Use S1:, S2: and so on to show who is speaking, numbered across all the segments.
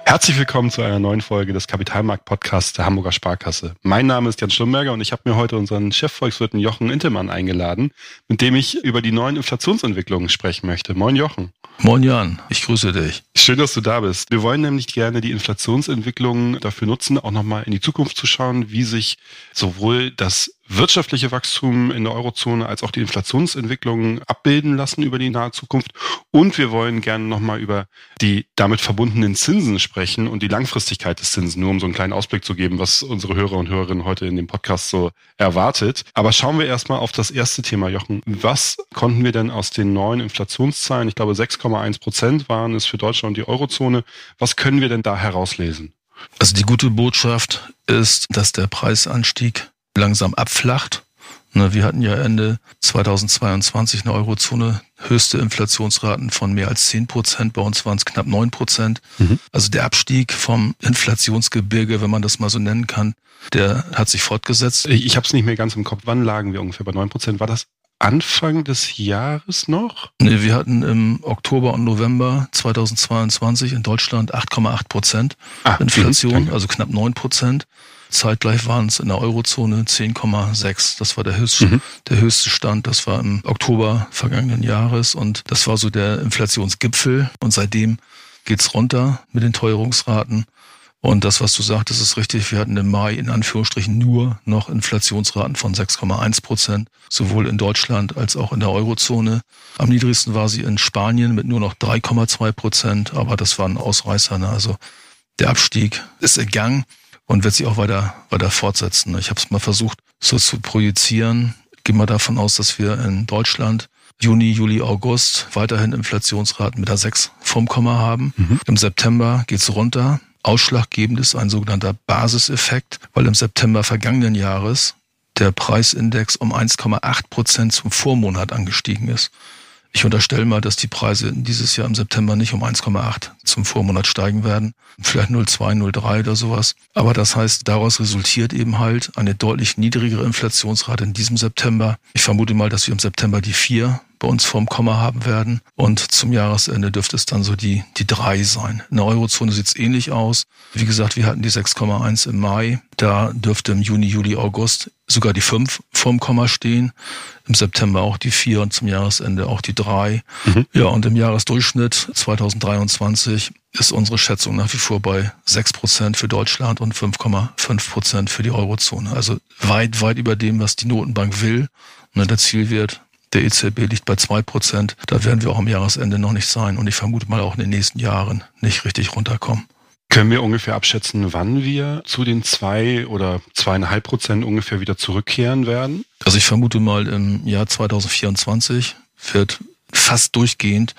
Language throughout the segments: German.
S1: Herzlich willkommen zu einer neuen Folge des Kapitalmarkt-Podcasts der Hamburger Sparkasse. Mein Name ist Jan Schlumberger und ich habe mir heute unseren Chefvolkswirt Jochen Intelmann eingeladen, mit dem ich über die neuen Inflationsentwicklungen sprechen möchte. Moin Jochen.
S2: Moin Jan, ich grüße dich.
S1: Schön, dass du da bist. Wir wollen nämlich gerne die Inflationsentwicklungen dafür nutzen, auch nochmal in die Zukunft zu schauen, wie sich sowohl das wirtschaftliche Wachstum in der Eurozone als auch die Inflationsentwicklungen abbilden lassen über die nahe Zukunft. Und wir wollen gerne nochmal über die damit verbundenen Zinsen sprechen und die Langfristigkeit des Zinsen, nur um so einen kleinen Ausblick zu geben, was unsere Hörer und Hörerinnen heute in dem Podcast so erwartet. Aber schauen wir erstmal auf das erste Thema, Jochen. Was konnten wir denn aus den neuen Inflationszahlen, ich glaube 6,1% waren es für Deutschland und die Eurozone, was können wir denn da herauslesen?
S2: Also die gute Botschaft ist, dass der Preisanstieg langsam abflacht. Wir hatten ja Ende 2022 in der Eurozone höchste Inflationsraten von mehr als 10%. Bei uns waren es knapp 9%. Also der Abstieg vom Inflationsgebirge, wenn man das mal so nennen kann, der hat sich fortgesetzt.
S1: Ich habe es nicht mehr ganz im Kopf. Wann lagen wir ungefähr bei 9%? War das Anfang des Jahres noch?
S2: Nee, wir hatten im Oktober und November 2022 in Deutschland 8,8% Inflation, also knapp 9%. Zeitgleich waren es in der Eurozone 10,6. Das war der höchste Stand. Das war im Oktober vergangenen Jahres und das war so der Inflationsgipfel. Und seitdem geht's runter mit den Teuerungsraten. Und das, was du sagtest, ist richtig. Wir hatten im Mai in Anführungsstrichen nur noch Inflationsraten von 6,1%, sowohl in Deutschland als auch in der Eurozone. Am niedrigsten war sie in Spanien mit nur noch 3,2%, aber das waren Ausreißer. Also der Abstieg ist in Gang und wird sich auch weiter fortsetzen. Ich habe es mal versucht, so zu projizieren. Gehen wir davon aus, dass wir in Deutschland Juni, Juli, August weiterhin Inflationsraten mit der 6 vorm Komma haben. Im September geht's runter. Ausschlaggebend ist ein sogenannter Basiseffekt, weil im September vergangenen Jahres der Preisindex um 1,8% zum Vormonat angestiegen ist. Ich unterstelle mal, dass die Preise dieses Jahr im September nicht um 1,8 zum Vormonat steigen werden. Vielleicht 0,2, 0,3 oder sowas. Aber das heißt, daraus resultiert eben halt eine deutlich niedrigere Inflationsrate in diesem September. Ich vermute mal, dass wir im September die 4 bei uns vorm Komma haben werden. Und zum Jahresende dürfte es dann so die 3 sein. In der Eurozone sieht es ähnlich aus. Wie gesagt, wir hatten die 6,1 im Mai. Da dürfte im Juni, Juli, August sogar die 5 vorm Komma stehen. Im September auch die 4 und zum Jahresende auch die 3. Ja, und im Jahresdurchschnitt 2023 ist unsere Schätzung nach wie vor bei 6% für Deutschland und 5,5% für die Eurozone. Also weit, weit über dem, was die Notenbank will. Und der Zielwert der EZB liegt bei 2%. Da werden wir auch am Jahresende noch nicht sein. Und ich vermute mal auch in den nächsten Jahren nicht richtig runterkommen.
S1: Können wir ungefähr abschätzen, wann wir zu den 2 oder 2,5% ungefähr wieder zurückkehren werden?
S2: Also ich vermute mal im Jahr 2024 wird fast durchgehend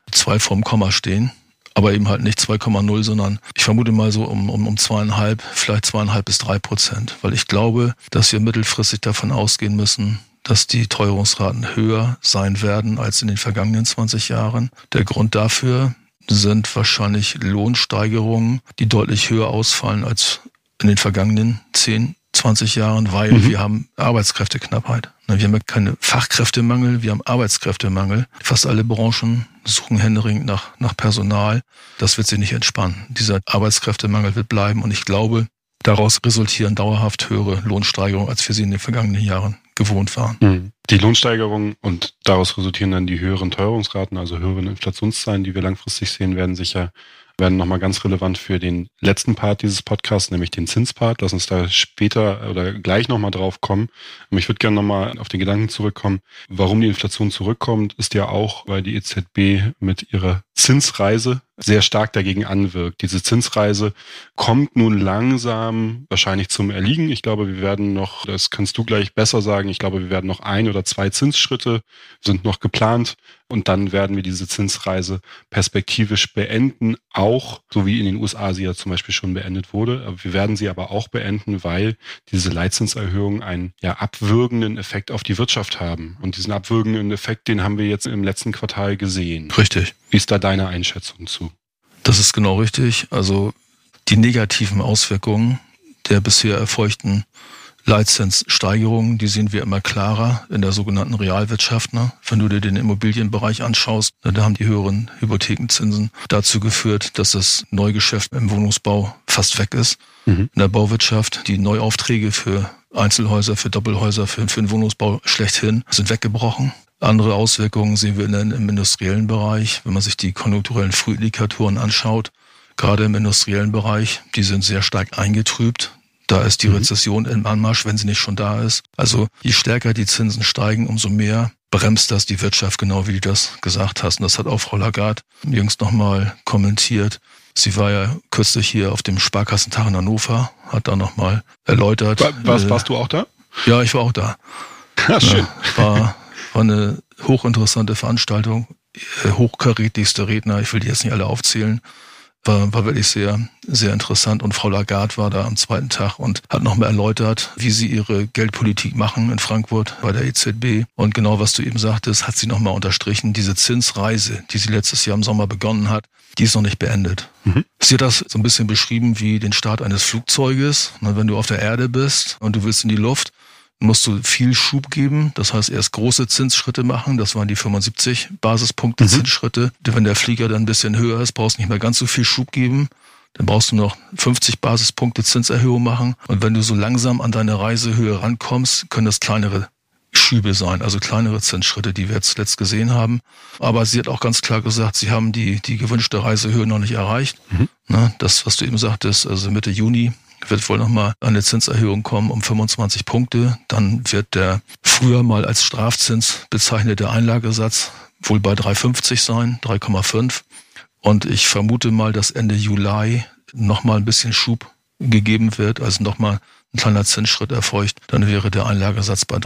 S2: 2 vorm Komma stehen. Aber eben halt nicht 2,0, sondern ich vermute mal so um 2,5, vielleicht 2,5 bis 3%. Weil ich glaube, dass wir mittelfristig davon ausgehen müssen, dass die Teuerungsraten höher sein werden als in den vergangenen 20 Jahren. Der Grund dafür sind wahrscheinlich Lohnsteigerungen, die deutlich höher ausfallen als in den vergangenen 10, 20 Jahren, weil wir haben Arbeitskräfteknappheit. Wir haben ja keinen Fachkräftemangel, wir haben Arbeitskräftemangel. Fast alle Branchen suchen händeringend nach Personal. Das wird sich nicht entspannen. Dieser Arbeitskräftemangel wird bleiben und ich glaube, daraus resultieren dauerhaft höhere Lohnsteigerungen, als wir sie in den vergangenen Jahren gewohnt waren.
S1: Die Lohnsteigerung und daraus resultieren dann die höheren Teuerungsraten, also höheren Inflationszahlen, die wir langfristig sehen, werden nochmal ganz relevant für den letzten Part dieses Podcasts, nämlich den Zinspart. Lass uns da später oder gleich nochmal drauf kommen. Ich würde gerne nochmal auf den Gedanken zurückkommen, warum die Inflation zurückkommt, ist ja auch, weil die EZB mit ihrer Zinsreise sehr stark dagegen anwirkt. Diese Zinsreise kommt nun langsam wahrscheinlich zum Erliegen. Ich glaube, wir werden noch, das kannst du gleich besser sagen, ich glaube, wir werden noch 1 oder 2 Zinsschritte sind noch geplant und dann werden wir diese Zinsreise perspektivisch beenden, auch so wie in den USA sie ja zum Beispiel schon beendet wurde. Wir werden sie aber auch beenden, weil diese Leitzinserhöhungen einen abwürgenden Effekt auf die Wirtschaft haben. Und diesen abwürgenden Effekt, den haben wir jetzt im letzten Quartal gesehen.
S2: Richtig.
S1: Wie ist da deine Einschätzung zu?
S2: Das ist genau richtig. Also die negativen Auswirkungen der bisher erfolgten Leitzinssteigerungen, die sehen wir immer klarer in der sogenannten Realwirtschaft. Ne? Wenn du dir den Immobilienbereich anschaust, da haben die höheren Hypothekenzinsen dazu geführt, dass das Neugeschäft im Wohnungsbau fast weg ist. In der Bauwirtschaft, die Neuaufträge für Einzelhäuser, für Doppelhäuser, für den Wohnungsbau schlechthin sind weggebrochen. Andere Auswirkungen sehen wir im industriellen Bereich, wenn man sich die konjunkturellen Frühindikatoren anschaut. Gerade im industriellen Bereich, die sind sehr stark eingetrübt. Da ist die Rezession im Anmarsch, wenn sie nicht schon da ist. Also je stärker die Zinsen steigen, umso mehr bremst das die Wirtschaft, genau wie du das gesagt hast. Und das hat auch Frau Lagarde jüngst nochmal kommentiert. Sie war ja kürzlich hier auf dem Sparkassentag in Hannover, hat da nochmal erläutert.
S1: Warst du auch da?
S2: Ja, ich war auch da.
S1: Ja, schön.
S2: War eine hochinteressante Veranstaltung, hochkarätigste Redner, ich will die jetzt nicht alle aufzählen. War wirklich sehr, sehr interessant. Und Frau Lagarde war da am zweiten Tag und hat nochmal erläutert, wie sie ihre Geldpolitik machen in Frankfurt bei der EZB. Und genau, was du eben sagtest, hat sie nochmal unterstrichen. Diese Zinsreise, die sie letztes Jahr im Sommer begonnen hat, die ist noch nicht beendet. Sie hat das so ein bisschen beschrieben wie den Start eines Flugzeuges. Wenn du auf der Erde bist und du willst in die Luft, musst du viel Schub geben. Das heißt, erst große Zinsschritte machen. Das waren die 75 Basispunkte Zinsschritte. Wenn der Flieger dann ein bisschen höher ist, brauchst du nicht mehr ganz so viel Schub geben. Dann brauchst du noch 50 Basispunkte Zinserhöhung machen. Und wenn du so langsam an deine Reisehöhe rankommst, können das kleinere Schübe sein, also kleinere Zinsschritte, die wir jetzt zuletzt gesehen haben. Aber sie hat auch ganz klar gesagt, sie haben die gewünschte Reisehöhe noch nicht erreicht. Das, was du eben sagtest, also Mitte Juni wird wohl nochmal eine Zinserhöhung kommen um 25 Punkte. Dann wird der früher mal als Strafzins bezeichnete Einlagesatz wohl bei 3,50 sein, 3,5. Und ich vermute mal, dass Ende Juli nochmal ein bisschen Schub gegeben wird, also nochmal ein kleiner Zinsschritt erfolgt. Dann wäre der Einlagesatz bei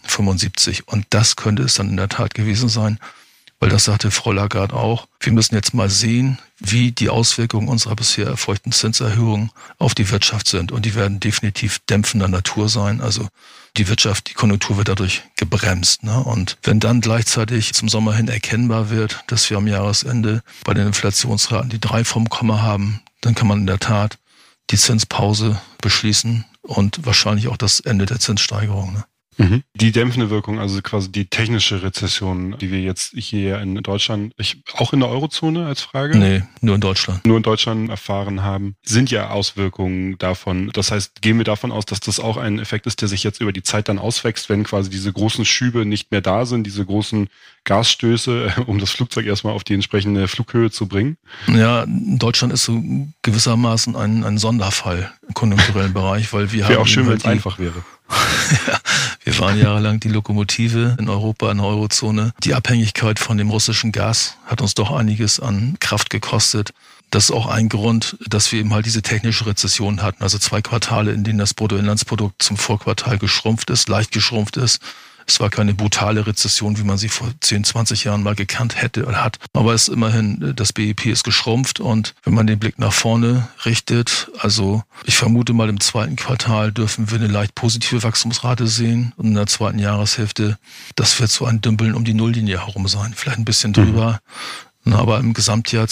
S2: 3,75. Und das könnte es dann in der Tat gewesen sein, weil das sagte Frau Lagarde auch. Wir müssen jetzt mal sehen, wie die Auswirkungen unserer bisher erfolgten Zinserhöhungen auf die Wirtschaft sind. Und die werden definitiv dämpfender Natur sein. Also die Wirtschaft, die Konjunktur wird dadurch gebremst. Und wenn dann gleichzeitig zum Sommer hin erkennbar wird, dass wir am Jahresende bei den Inflationsraten die 3 vom Komma haben, dann kann man in der Tat die Zinspause beschließen und wahrscheinlich auch das Ende der Zinssteigerung.
S1: Die dämpfende Wirkung, also quasi die technische Rezession, die wir jetzt hier in Deutschland, auch in der Eurozone als Frage?
S2: Nee, nur in Deutschland.
S1: Nur in Deutschland erfahren haben, sind ja Auswirkungen davon. Das heißt, gehen wir davon aus, dass das auch ein Effekt ist, der sich jetzt über die Zeit dann auswächst, wenn quasi diese großen Schübe nicht mehr da sind, diese großen Gasstöße, um das Flugzeug erstmal auf die entsprechende Flughöhe zu bringen?
S2: Ja, Deutschland ist so gewissermaßen ein Sonderfall im konjunkturellen Bereich, weil wir haben...
S1: Wäre auch schön, wenn es einfach wäre.
S2: Ja, wir waren jahrelang die Lokomotive in Europa, in der Eurozone. Die Abhängigkeit von dem russischen Gas hat uns doch einiges an Kraft gekostet. Das ist auch ein Grund, dass wir eben halt diese technische Rezession hatten. Also 2 Quartale, in denen das Bruttoinlandsprodukt zum Vorquartal geschrumpft ist, leicht geschrumpft ist. Es war keine brutale Rezession, wie man sie vor 10, 20 Jahren mal gekannt hätte oder hat. Aber es ist immerhin, das BIP ist geschrumpft. Und wenn man den Blick nach vorne richtet, also ich vermute mal im 2. Quartal dürfen wir eine leicht positive Wachstumsrate sehen. Und in der 2. Jahreshälfte, das wird so ein Dümpeln um die Nulllinie herum sein. Vielleicht ein bisschen drüber. Aber im Gesamtjahr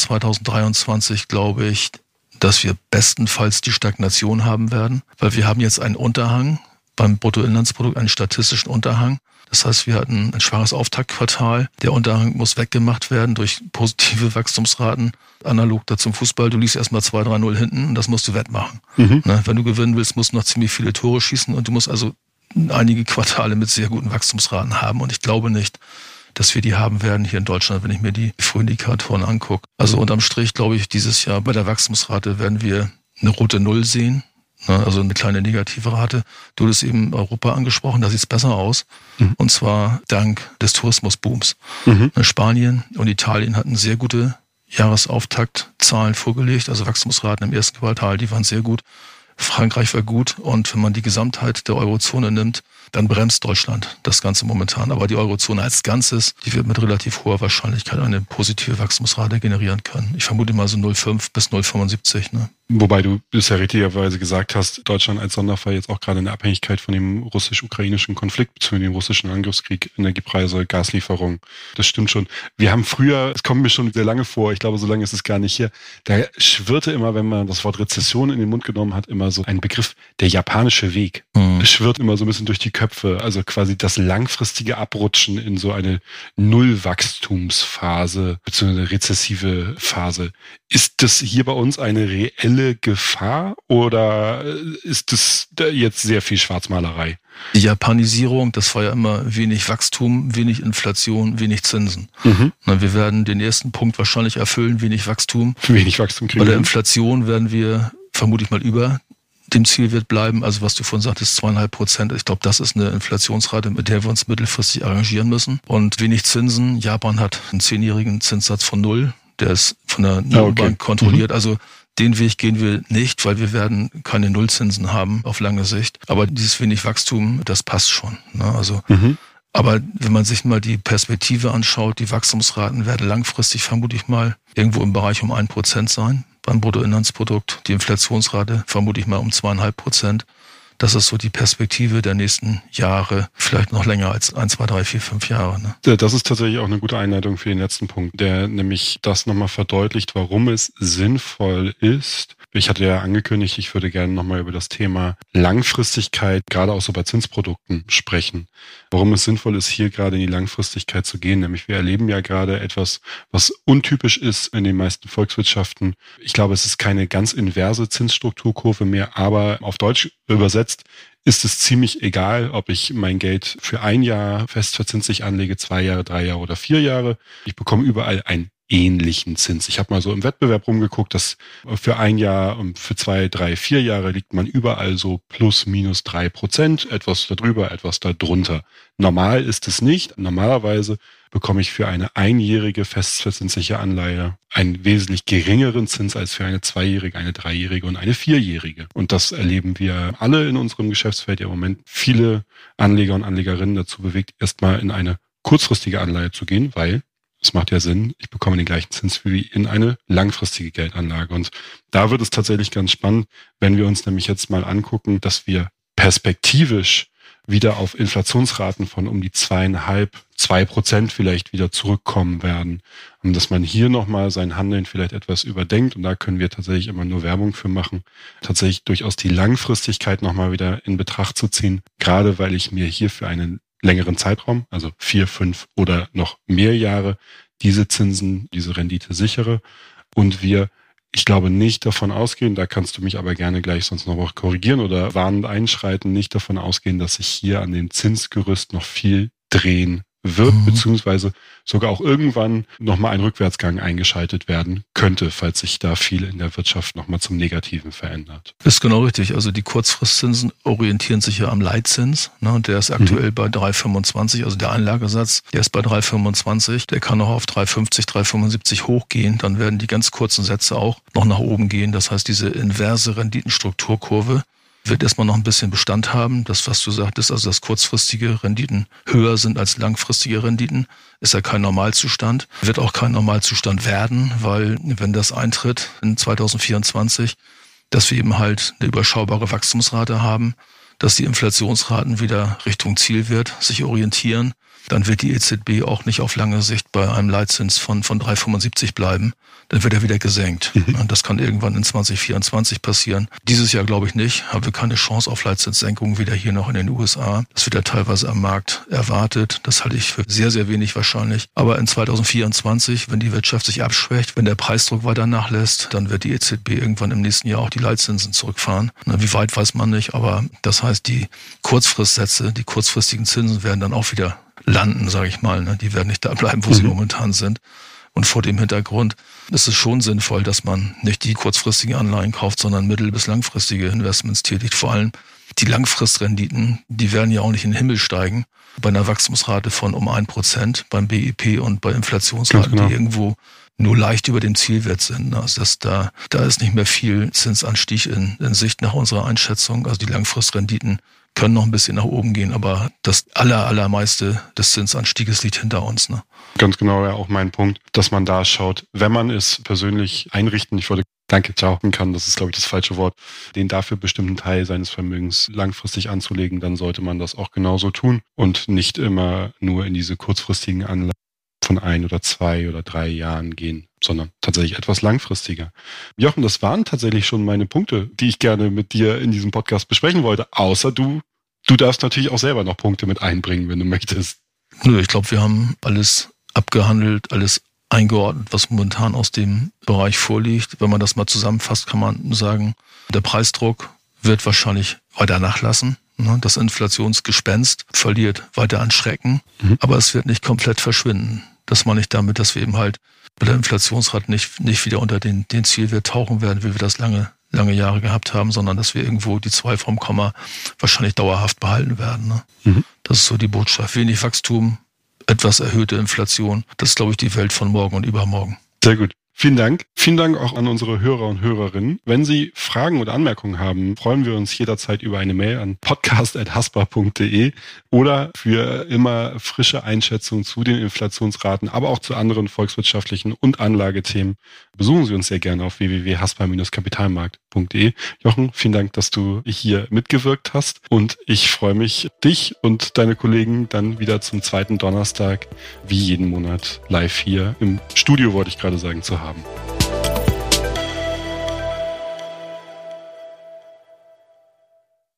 S2: 2023 glaube ich, dass wir bestenfalls die Stagnation haben werden. Weil wir haben jetzt einen Unterhang beim Bruttoinlandsprodukt, einen statistischen Unterhang. Das heißt, wir hatten ein schwaches Auftaktquartal. Der Unterhang muss weggemacht werden durch positive Wachstumsraten. Analog da zum Fußball, du liegst erstmal 2-3-0 hinten und das musst du wettmachen. Wenn du gewinnen willst, musst du noch ziemlich viele Tore schießen und du musst also einige Quartale mit sehr guten Wachstumsraten haben. Und ich glaube nicht, dass wir die haben werden hier in Deutschland, wenn ich mir die Frühindikatoren angucke. Also unterm Strich glaube ich, dieses Jahr bei der Wachstumsrate werden wir eine rote Null sehen. Also eine kleine negative Rate. Du hast eben Europa angesprochen, da sieht es besser aus. Und zwar dank des Tourismusbooms. Spanien und Italien hatten sehr gute Jahresauftaktzahlen vorgelegt, also Wachstumsraten im 1. Quartal, die waren sehr gut. Frankreich war gut und wenn man die Gesamtheit der Eurozone nimmt, dann bremst Deutschland das Ganze momentan. Aber die Eurozone als Ganzes, die wird mit relativ hoher Wahrscheinlichkeit eine positive Wachstumsrate generieren können. Ich vermute mal so 0,5 bis 0,75.
S1: Wobei du bisher richtigerweise gesagt hast, Deutschland als Sonderfall jetzt auch gerade in der Abhängigkeit von dem russisch-ukrainischen Konflikt bzw. dem russischen Angriffskrieg, Energiepreise, Gaslieferung. Das stimmt schon. Wir haben früher, es kommt mir schon sehr lange vor, ich glaube, so lange ist es gar nicht hier, da schwirrte immer, wenn man das Wort Rezession in den Mund genommen hat, immer so ein Begriff, der japanische Weg. Es schwirrt immer so ein bisschen durch die Köpfe, also quasi das langfristige Abrutschen in so eine Nullwachstumsphase bzw. rezessive Phase. Ist das hier bei uns eine reelle Gefahr oder ist das jetzt sehr viel Schwarzmalerei?
S2: Die Japanisierung, das war ja immer wenig Wachstum, wenig Inflation, wenig Zinsen. Wir werden den ersten Punkt wahrscheinlich erfüllen, wenig Wachstum.
S1: Wenig Wachstum kriegen.
S2: Bei der Inflation werden wir vermutlich mal über dem Zielwert bleiben. Also was du vorhin sagtest, 2,5%. Ich glaube, das ist eine Inflationsrate, mit der wir uns mittelfristig arrangieren müssen. Und wenig Zinsen. Japan hat einen 10-jährigen Zinssatz von 0. Der ist von der Notenbank kontrolliert. Also den Weg gehen wir nicht, weil wir werden keine Nullzinsen haben auf lange Sicht. Aber dieses wenig Wachstum, das passt schon. Ne? Also, aber wenn man sich mal die Perspektive anschaut, die Wachstumsraten werden langfristig vermutlich mal irgendwo im Bereich um 1% sein beim Bruttoinlandsprodukt. Die Inflationsrate vermutlich mal um 2,5%. Das ist so die Perspektive der nächsten Jahre, vielleicht noch länger als 1, 2, 3, 4, 5 Jahre. Ne?
S1: Das ist tatsächlich auch eine gute Einleitung für den letzten Punkt, der nämlich das nochmal verdeutlicht, warum es sinnvoll ist. Ich hatte ja angekündigt, ich würde gerne nochmal über das Thema Langfristigkeit, gerade auch so bei Zinsprodukten, sprechen. Warum es sinnvoll ist, hier gerade in die Langfristigkeit zu gehen. Nämlich wir erleben ja gerade etwas, was untypisch ist in den meisten Volkswirtschaften. Ich glaube, es ist keine ganz inverse Zinsstrukturkurve mehr, aber auf Deutsch übersetzt ist es ziemlich egal, ob ich mein Geld für 1 Jahr festverzinslich anlege, 2 Jahre, 3 Jahre oder 4 Jahre. Ich bekomme überall einen ähnlichen Zins. Ich habe mal so im Wettbewerb rumgeguckt, dass für 1 Jahr und für 2, 3, 4 Jahre liegt man überall so plus minus 3%, etwas darüber, etwas darunter. Normal ist es nicht. Normalerweise bekomme ich für eine 1-jährige festverzinsliche Anleihe einen wesentlich geringeren Zins als für eine 2-jährige, eine 3-jährige und eine 4-jährige. Und das erleben wir alle in unserem Geschäftsfeld ja im Moment. Viele Anleger und Anlegerinnen dazu bewegt, erstmal in eine kurzfristige Anleihe zu gehen, weil es macht ja Sinn, ich bekomme den gleichen Zins wie in eine langfristige Geldanlage. Und da wird es tatsächlich ganz spannend, wenn wir uns nämlich jetzt mal angucken, dass wir perspektivisch wieder auf Inflationsraten von um die 2,5-2% vielleicht wieder zurückkommen werden. Und dass man hier nochmal sein Handeln vielleicht etwas überdenkt. Und da können wir tatsächlich immer nur Werbung für machen, tatsächlich durchaus die Langfristigkeit nochmal wieder in Betracht zu ziehen. Gerade weil ich mir hier für einen längeren Zeitraum, also 4, 5 oder noch mehr Jahre, diese Zinsen, diese Rendite sichere. Und wir, ich glaube, nicht davon ausgehen, da kannst du mich aber gerne gleich sonst noch mal korrigieren oder warnend einschreiten, nicht davon ausgehen, dass sich hier an dem Zinsgerüst noch viel drehen wird, beziehungsweise sogar auch irgendwann nochmal ein Rückwärtsgang eingeschaltet werden könnte, falls sich da viel in der Wirtschaft nochmal zum Negativen verändert.
S2: Ist genau richtig. Also die Kurzfristzinsen orientieren sich ja am Leitzins. Ne? Und der ist aktuell bei 3,25, also der Einlagesatz, der ist bei 3,25. Der kann noch auf 3,50, 3,75 hochgehen. Dann werden die ganz kurzen Sätze auch noch nach oben gehen. Das heißt, diese inverse Renditenstrukturkurve wird erstmal noch ein bisschen Bestand haben. Das, was du sagtest, also dass kurzfristige Renditen höher sind als langfristige Renditen, ist ja kein Normalzustand. Wird auch kein Normalzustand werden, weil wenn das eintritt in 2024, dass wir eben halt eine überschaubare Wachstumsrate haben, dass die Inflationsraten wieder Richtung Zielwert sich orientieren, dann wird die EZB auch nicht auf lange Sicht bei einem Leitzins von 3,75 bleiben. Dann wird er wieder gesenkt. Und das kann irgendwann in 2024 passieren. Dieses Jahr glaube ich nicht. Haben wir keine Chance auf Leitzinssenkungen, weder hier noch in den USA. Das wird ja teilweise am Markt erwartet. Das halte ich für sehr, sehr wenig wahrscheinlich. Aber in 2024, wenn die Wirtschaft sich abschwächt, wenn der Preisdruck weiter nachlässt, dann wird die EZB irgendwann im nächsten Jahr auch die Leitzinsen zurückfahren. Wie weit, weiß man nicht. Aber das heißt, die Kurzfristsätze, die kurzfristigen Zinsen werden dann auch wieder landen, sage ich mal. Die werden nicht da bleiben, wo sie momentan sind. Und vor dem Hintergrund ist es schon sinnvoll, dass man nicht die kurzfristigen Anleihen kauft, sondern mittel- bis langfristige Investments tätigt. Vor allem die Langfristrenditen, die werden ja auch nicht in den Himmel steigen. Bei einer Wachstumsrate von um 1% beim BIP und bei Inflationsraten, die irgendwo nur leicht über dem Zielwert sind. Also da ist nicht mehr viel Zinsanstieg in Sicht nach unserer Einschätzung. Also die Langfristrenditen können noch ein bisschen nach oben gehen, aber das allermeiste des Zinsanstieges liegt hinter uns. Ne?
S1: Ganz genau, ja auch mein Punkt, dass man da schaut, wenn man es persönlich einrichten, ich wollte danke, ciao, kann, das ist, glaube ich, das falsche Wort, den dafür bestimmten Teil seines Vermögens langfristig anzulegen, dann sollte man das auch genauso tun und nicht immer nur in diese kurzfristigen Anlagen von 1 oder 2 oder 3 Jahren gehen, sondern tatsächlich etwas langfristiger. Jochen, das waren tatsächlich schon meine Punkte, die ich gerne mit dir in diesem Podcast besprechen wollte, außer du darfst natürlich auch selber noch Punkte mit einbringen, wenn du möchtest.
S2: Nö, ich glaube, wir haben alles abgehandelt, alles eingeordnet, was momentan aus dem Bereich vorliegt. Wenn man das mal zusammenfasst, kann man sagen, der Preisdruck wird wahrscheinlich weiter nachlassen. Das Inflationsgespenst verliert weiter an Schrecken, aber es wird nicht komplett verschwinden. Das meine ich damit, dass wir eben halt bei der Inflationsrate nicht wieder unter den Zielwert tauchen werden, wie wir das lange Jahre gehabt haben, sondern dass wir irgendwo die 2 vom Komma wahrscheinlich dauerhaft behalten werden. Das ist so die Botschaft. Wenig Wachstum, etwas erhöhte Inflation. Das ist, glaube ich, die Welt von morgen und übermorgen.
S1: Sehr gut. Vielen Dank. Vielen Dank auch an unsere Hörer und Hörerinnen. Wenn Sie Fragen oder Anmerkungen haben, freuen wir uns jederzeit über eine Mail an podcast@haspa.de oder für immer frische Einschätzungen zu den Inflationsraten, aber auch zu anderen volkswirtschaftlichen und Anlagethemen. Besuchen Sie uns sehr gerne auf www.haspa-kapitalmarkt.de. Jochen, vielen Dank, dass du hier mitgewirkt hast und ich freue mich, dich und deine Kollegen dann wieder zum 2. Donnerstag wie jeden Monat live hier im Studio, wollte ich gerade sagen, zu haben.